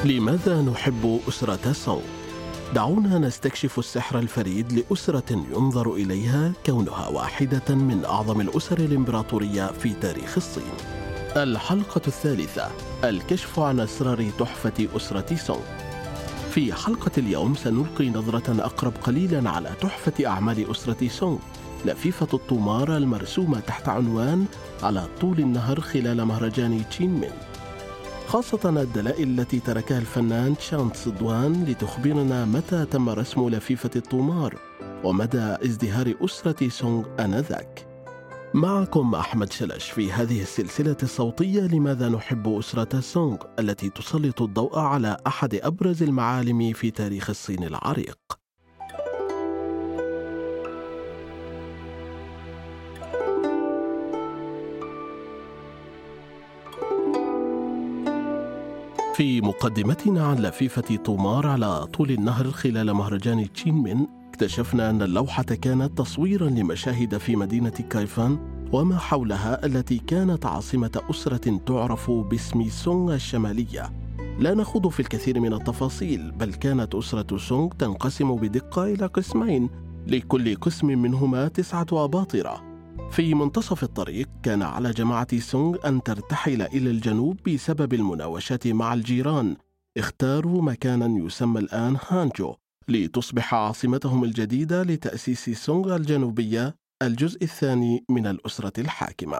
لماذا نحب أسرة سونغ؟ دعونا نستكشف السحر الفريد لأسرة ينظر إليها كونها واحدة من أعظم الأسر الإمبراطورية في تاريخ الصين. الحلقة الثالثة: الكشف عن أسرار تحفة أسرة سونغ. في حلقة اليوم سنلقي نظرة أقرب قليلا على تحفة أعمال أسرة سونغ، لفيفة الطومار المرسومة تحت عنوان على طول النهر خلال مهرجان تشينمين، خاصة الدلائل التي تركها الفنان تشان تسو دوان لتخبرنا متى تم رسم لفيفة الطومار ومدى ازدهار أسرة سونغ آنذاك. معكم أحمد شلش في هذه السلسلة الصوتية لماذا نحب أسرة سونغ، التي تسلط الضوء على أحد أبرز المعالم في تاريخ الصين العريق. في مقدمتنا عن لفيفة طومار على طول النهر خلال مهرجان تشينمين، اكتشفنا أن اللوحة كانت تصويراً لمشاهد في مدينة كايفان وما حولها، التي كانت عاصمة أسرة تعرف باسم سونغ الشمالية. لا نخوض في الكثير من التفاصيل، بل كانت أسرة سونغ تنقسم بدقة إلى قسمين، لكل قسم منهما 9 أباطرة. في منتصف الطريق كان على جماعة سونغ أن ترتحل إلى الجنوب بسبب المناوشات مع الجيران. اختاروا مكانا يسمى الآن هانجو لتصبح عاصمتهم الجديدة لتأسيس سونغ الجنوبية، الجزء الثاني من الأسرة الحاكمة.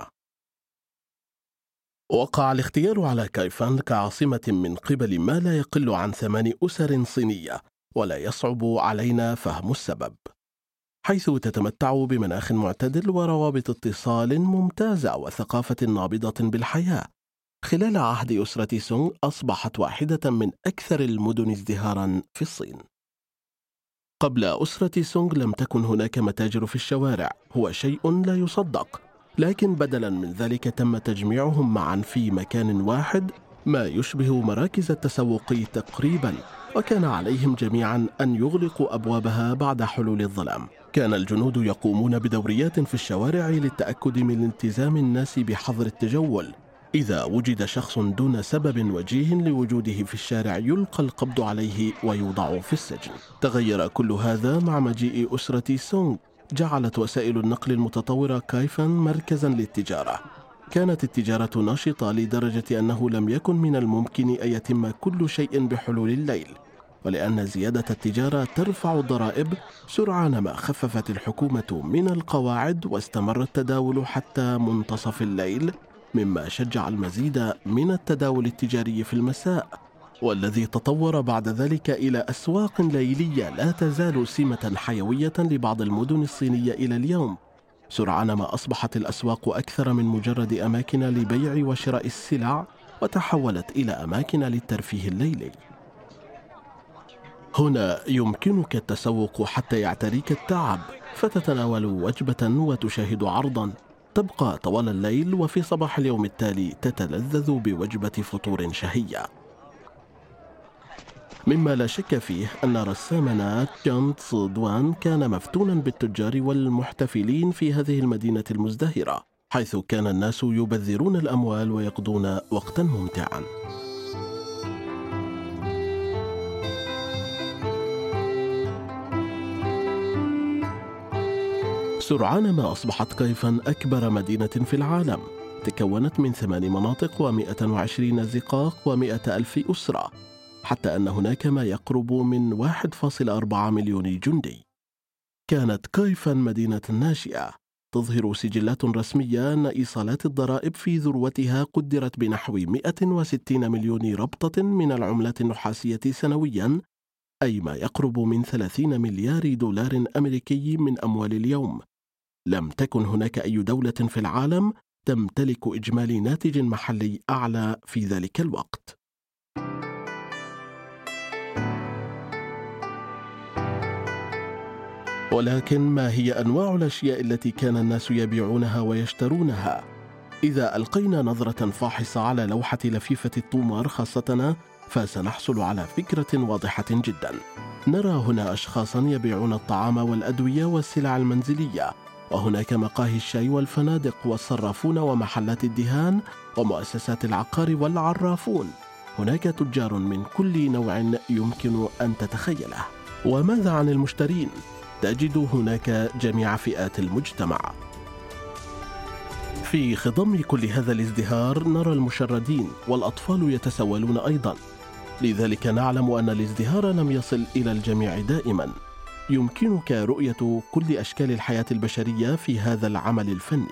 وقع الاختيار على كايفان كعاصمة من قبل ما لا يقل عن 8 أسر صينية، ولا يصعب علينا فهم السبب، حيث تتمتع بمناخ معتدل وروابط اتصال ممتازة وثقافة نابضة بالحياة. خلال عهد أسرة سونغ أصبحت واحدة من أكثر المدن ازدهاراً في الصين. قبل أسرة سونغ لم تكن هناك متاجر في الشوارع، هو شيء لا يصدق، لكن بدلاً من ذلك تم تجميعهم معاً في مكان واحد، ما يشبه مراكز التسوق تقريباً، وكان عليهم جميعاً أن يغلقوا أبوابها بعد حلول الظلام. كان الجنود يقومون بدوريات في الشوارع للتأكد من التزام الناس بحظر التجول. إذا وجد شخص دون سبب وجيه لوجوده في الشارع يلقى القبض عليه ويوضع في السجن. تغير كل هذا مع مجيء أسرة سونغ. جعلت وسائل النقل المتطورة كايفان مركزاً للتجارة. كانت التجارة ناشطة لدرجة أنه لم يكن من الممكن أن يتم كل شيء بحلول الليل، ولأن زيادة التجارة ترفع الضرائب. سرعان ما خففت الحكومة من القواعد واستمر التداول حتى منتصف الليل، مما شجع المزيد من التداول التجاري في المساء، والذي تطور بعد ذلك إلى أسواق ليلية لا تزال سمة حيوية لبعض المدن الصينية إلى اليوم. سرعان ما أصبحت الأسواق أكثر من مجرد أماكن لبيع وشراء السلع، وتحولت إلى أماكن للترفيه الليلي. هنا يمكنك التسوق حتى يعتريك التعب، فتتناول وجبة وتشاهد عرضا، تبقى طوال الليل، وفي صباح اليوم التالي تتلذذ بوجبة فطور شهية. مما لا شك فيه أن رسامنا تشان تسو دوان كان مفتونا بالتجار والمحتفلين في هذه المدينة المزدهرة، حيث كان الناس يبذرون الأموال ويقضون وقتا ممتعا. سرعان ما أصبحت كايفان أكبر مدينة في العالم، تكونت من 8 مناطق و120 زقاق و100,000 أسرة، حتى أن هناك ما يقرب من 1.4 مليون جندي. كانت كايفان مدينة ناشئة، تظهر سجلات رسمية أن إيصالات الضرائب في ذروتها قدرت بنحو 160 مليون ربطة من العملات النحاسية سنوياً، أي ما يقرب من 30 مليار دولار أمريكي من أموال اليوم. لم تكن هناك أي دولة في العالم تمتلك إجمالي ناتج محلي أعلى في ذلك الوقت. ولكن ما هي أنواع الأشياء التي كان الناس يبيعونها ويشترونها؟ إذا ألقينا نظرة فاحصة على لوحة لفيفة الطومار خاصة، فسنحصل على فكرة واضحة جدا. نرى هنا أشخاصا يبيعون الطعام والأدوية والسلع المنزلية، وهناك مقاهي الشاي والفنادق والصرافون ومحلات الدهان ومؤسسات العقار والعرافون. هناك تجار من كل نوع يمكن أن تتخيله. وماذا عن المشترين؟ تجد هناك جميع فئات المجتمع. في خضم كل هذا الازدهار نرى المشردين، والأطفال يتسولون أيضا. لذلك نعلم أن الازدهار لم يصل إلى الجميع دائما. يمكنك رؤية كل أشكال الحياة البشرية في هذا العمل الفني.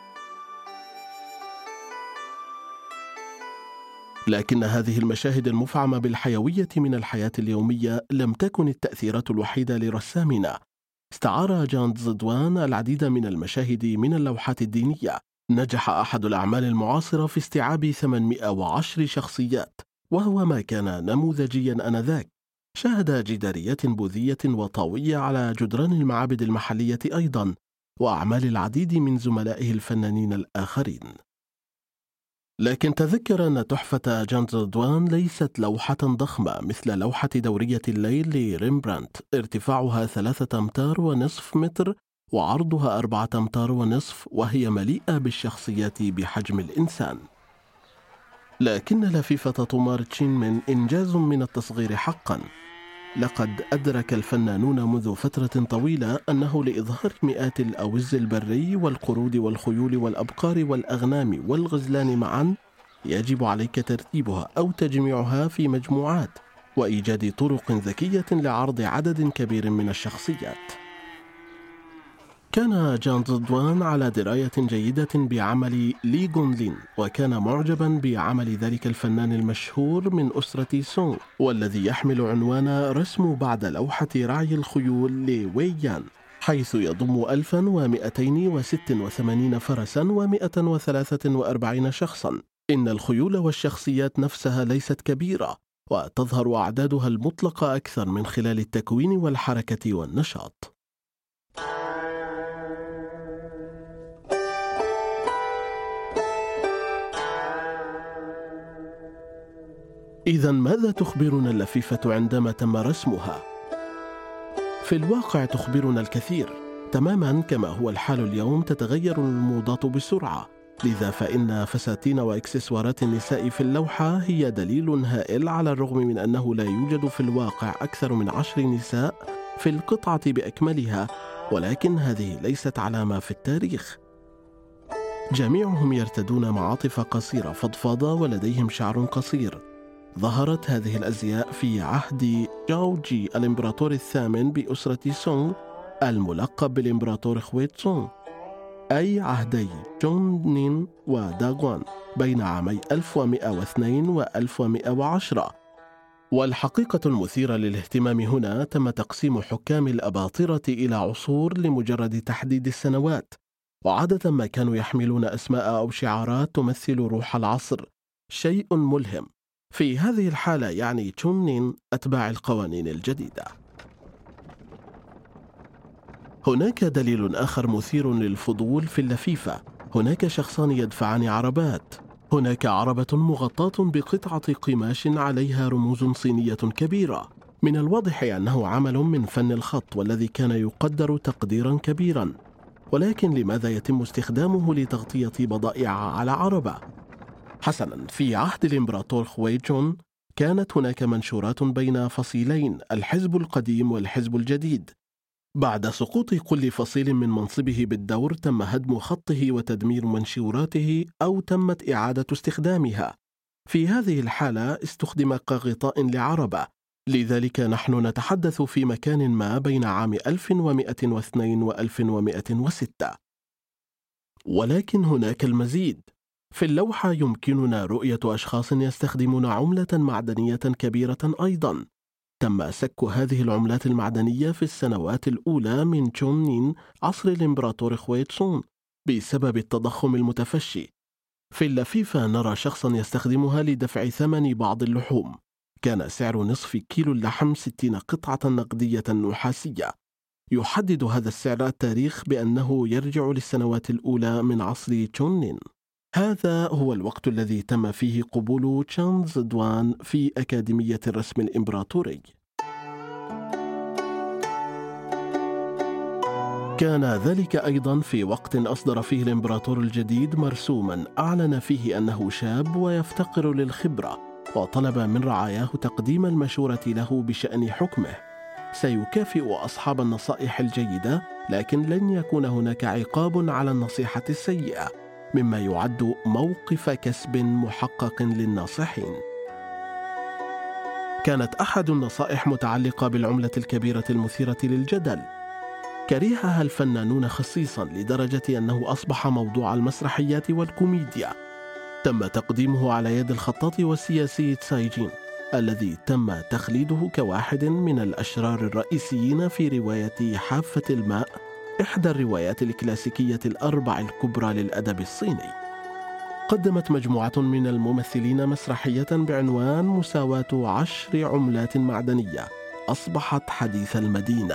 لكن هذه المشاهد المفعمة بالحيوية من الحياة اليومية لم تكن التأثيرات الوحيدة لرسامنا. استعار جانز دوان العديد من المشاهد من اللوحات الدينية. نجح أحد الأعمال المعاصرة في استيعاب 810 شخصيات، وهو ما كان نموذجيا آنذاك. شاهد جداريات بوذية وطاوية على جدران المعابد المحلية أيضا، وأعمال العديد من زملائه الفنانين الآخرين. لكن تذكر أن تحفة جانز دوان ليست لوحة ضخمة مثل لوحة دورية الليل لريمبرانت، ارتفاعها 3.5 متر وعرضها 4.5 متر، وهي مليئة بالشخصيات بحجم الإنسان. لكن لفيفة طومار تشينمين إنجاز من التصغير حقا. لقد أدرك الفنانون منذ فترة طويلة أنه لإظهار مئات الأوز البري والقرود والخيول والأبقار والأغنام والغزلان معا يجب عليك ترتيبها أو تجميعها في مجموعات، وإيجاد طرق ذكية لعرض عدد كبير من الشخصيات. كان جانز دوان على دراية جيدة بعمل لي جونلين، وكان معجبا بعمل ذلك الفنان المشهور من أسرة سونغ، والذي يحمل عنوان رسم بعد لوحة رعي الخيول لوييان، حيث يضم 1286 فرسا و143 شخصا. إن الخيول والشخصيات نفسها ليست كبيرة، وتظهر أعدادها المطلقة أكثر من خلال التكوين والحركة والنشاط. إذن ماذا تخبرنا اللفيفة عندما تم رسمها؟ في الواقع تخبرنا الكثير. تماما كما هو الحال اليوم تتغير الموضات بسرعة، لذا فإن فساتين وإكسسوارات النساء في اللوحة هي دليل هائل، على الرغم من أنه لا يوجد في الواقع أكثر من 10 نساء في القطعة بأكملها، ولكن هذه ليست علامة في التاريخ. جميعهم يرتدون معاطف قصيرة فضفاضة ولديهم شعر قصير. ظهرت هذه الأزياء في عهد جاوجي الإمبراطور الثامن بأسرة سونغ الملقب بالإمبراطور خويتسونغ، أي عهدي جونين وداغوان بين عامي 1102 و 1110. والحقيقة المثيرة للاهتمام هنا تم تقسيم حكام الأباطرة إلى عصور لمجرد تحديد السنوات، وعادة ما كانوا يحملون أسماء أو شعارات تمثل روح العصر. شيء ملهم. في هذه الحالة يعني تشونين أتباع القوانين الجديدة. هناك دليل آخر مثير للفضول في اللفيفة. هناك شخصان يدفعان عربات. هناك عربة مغطاة بقطعة قماش عليها رموز صينية كبيرة. من الواضح أنه عمل من فن الخط، والذي كان يقدر تقديرا كبيرا، ولكن لماذا يتم استخدامه لتغطية بضائع على عربة؟ حسنا، في عهد الإمبراطور خويجون كانت هناك منشورات بين فصيلين، الحزب القديم والحزب الجديد. بعد سقوط كل فصيل من منصبه بالدور تم هدم خطه وتدمير منشوراته أو تمت إعادة استخدامها. في هذه الحالة استخدم كغطاء لعربة، لذلك نحن نتحدث في مكان ما بين عام 1102 و 1106. ولكن هناك المزيد. في اللوحة يمكننا رؤية أشخاص يستخدمون عملة معدنية كبيرة أيضا. تم سك هذه العملات المعدنية في السنوات الأولى من تشونين عصر الإمبراطور خويتسون بسبب التضخم المتفشي. في اللفيفة نرى شخصا يستخدمها لدفع ثمن بعض اللحوم. كان سعر نصف كيلو اللحم 60 قطعة نقدية نحاسية. يحدد هذا السعر التاريخ بأنه يرجع للسنوات الأولى من عصر تشونين. هذا هو الوقت الذي تم فيه قبول جانز دوان في أكاديمية الرسم الإمبراطوري. كان ذلك أيضا في وقت أصدر فيه الإمبراطور الجديد مرسوما أعلن فيه أنه شاب ويفتقر للخبرة، وطلب من رعاياه تقديم المشورة له بشأن حكمه. سيكافئ أصحاب النصائح الجيدة، لكن لن يكون هناك عقاب على النصيحة السيئة، مما يعد موقف كسب محقق للناصحين. كانت أحد النصائح متعلقة بالعملة الكبيرة المثيرة للجدل. كرهها الفنانون خصيصا لدرجة أنه أصبح موضوع المسرحيات والكوميديا. تم تقديمه على يد الخطاط والسياسي تساي جين، الذي تم تخليده كواحد من الأشرار الرئيسيين في رواية حافة الماء، إحدى الروايات الكلاسيكية الأربع الكبرى للأدب الصيني. قدمت مجموعة من الممثلين مسرحية بعنوان مساواة 10 عملات معدنية أصبحت حديث المدينة.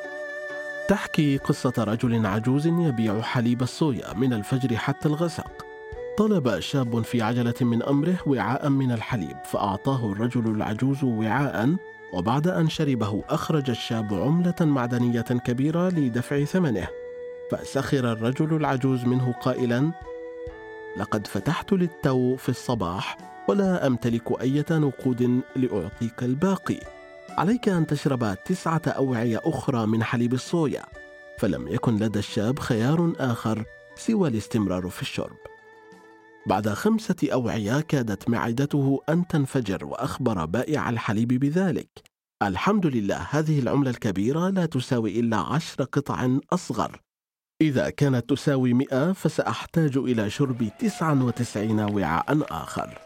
تحكي قصة رجل عجوز يبيع حليب الصويا من الفجر حتى الغسق. طلب شاب في عجلة من أمره وعاء من الحليب، فأعطاه الرجل العجوز وعاء، وبعد أن شربه أخرج الشاب عملة معدنية كبيرة لدفع ثمنه، فسخر الرجل العجوز منه قائلا: لقد فتحت للتو في الصباح ولا أمتلك أي نقود لأعطيك الباقي، عليك أن تشرب 9 أوعية أخرى من حليب الصويا. فلم يكن لدى الشاب خيار آخر سوى الاستمرار في الشرب. بعد 5 أوعية كادت معدته أن تنفجر، وأخبر بائع الحليب بذلك: الحمد لله، هذه العملة الكبيرة لا تساوي إلا 10 قطع أصغر. إذا كانت تساوي 100 فسأحتاج إلى شرب 99 وعاء آخر.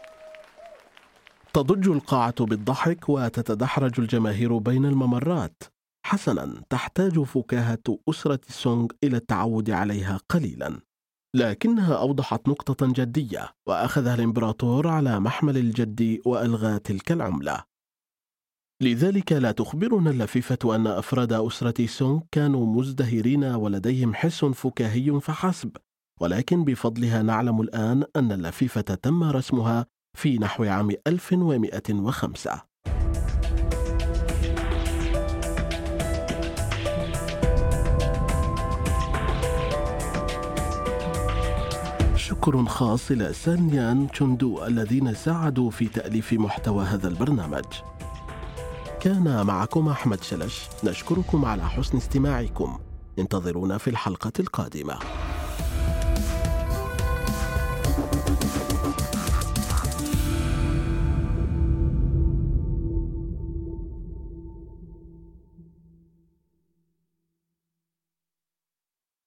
تضج القاعة بالضحك وتتدحرج الجماهير بين الممرات. حسناً، تحتاج فكاهة أسرة سونغ إلى التعود عليها قليلاً، لكنها أوضحت نقطة جدية، وأخذها الإمبراطور على محمل الجد وألغى تلك العملة. لذلك لا تخبرنا اللفيفة أن أفراد أسرة سونغ كانوا مزدهرين ولديهم حس فكاهي فحسب، ولكن بفضلها نعلم الآن أن اللفيفة تم رسمها في نحو عام 1105. شكر خاص إلى سانيان تشوندو الذين ساعدوا في تأليف محتوى هذا البرنامج. كان معكم أحمد شلش، نشكركم على حسن استماعكم. انتظرونا في الحلقة القادمة.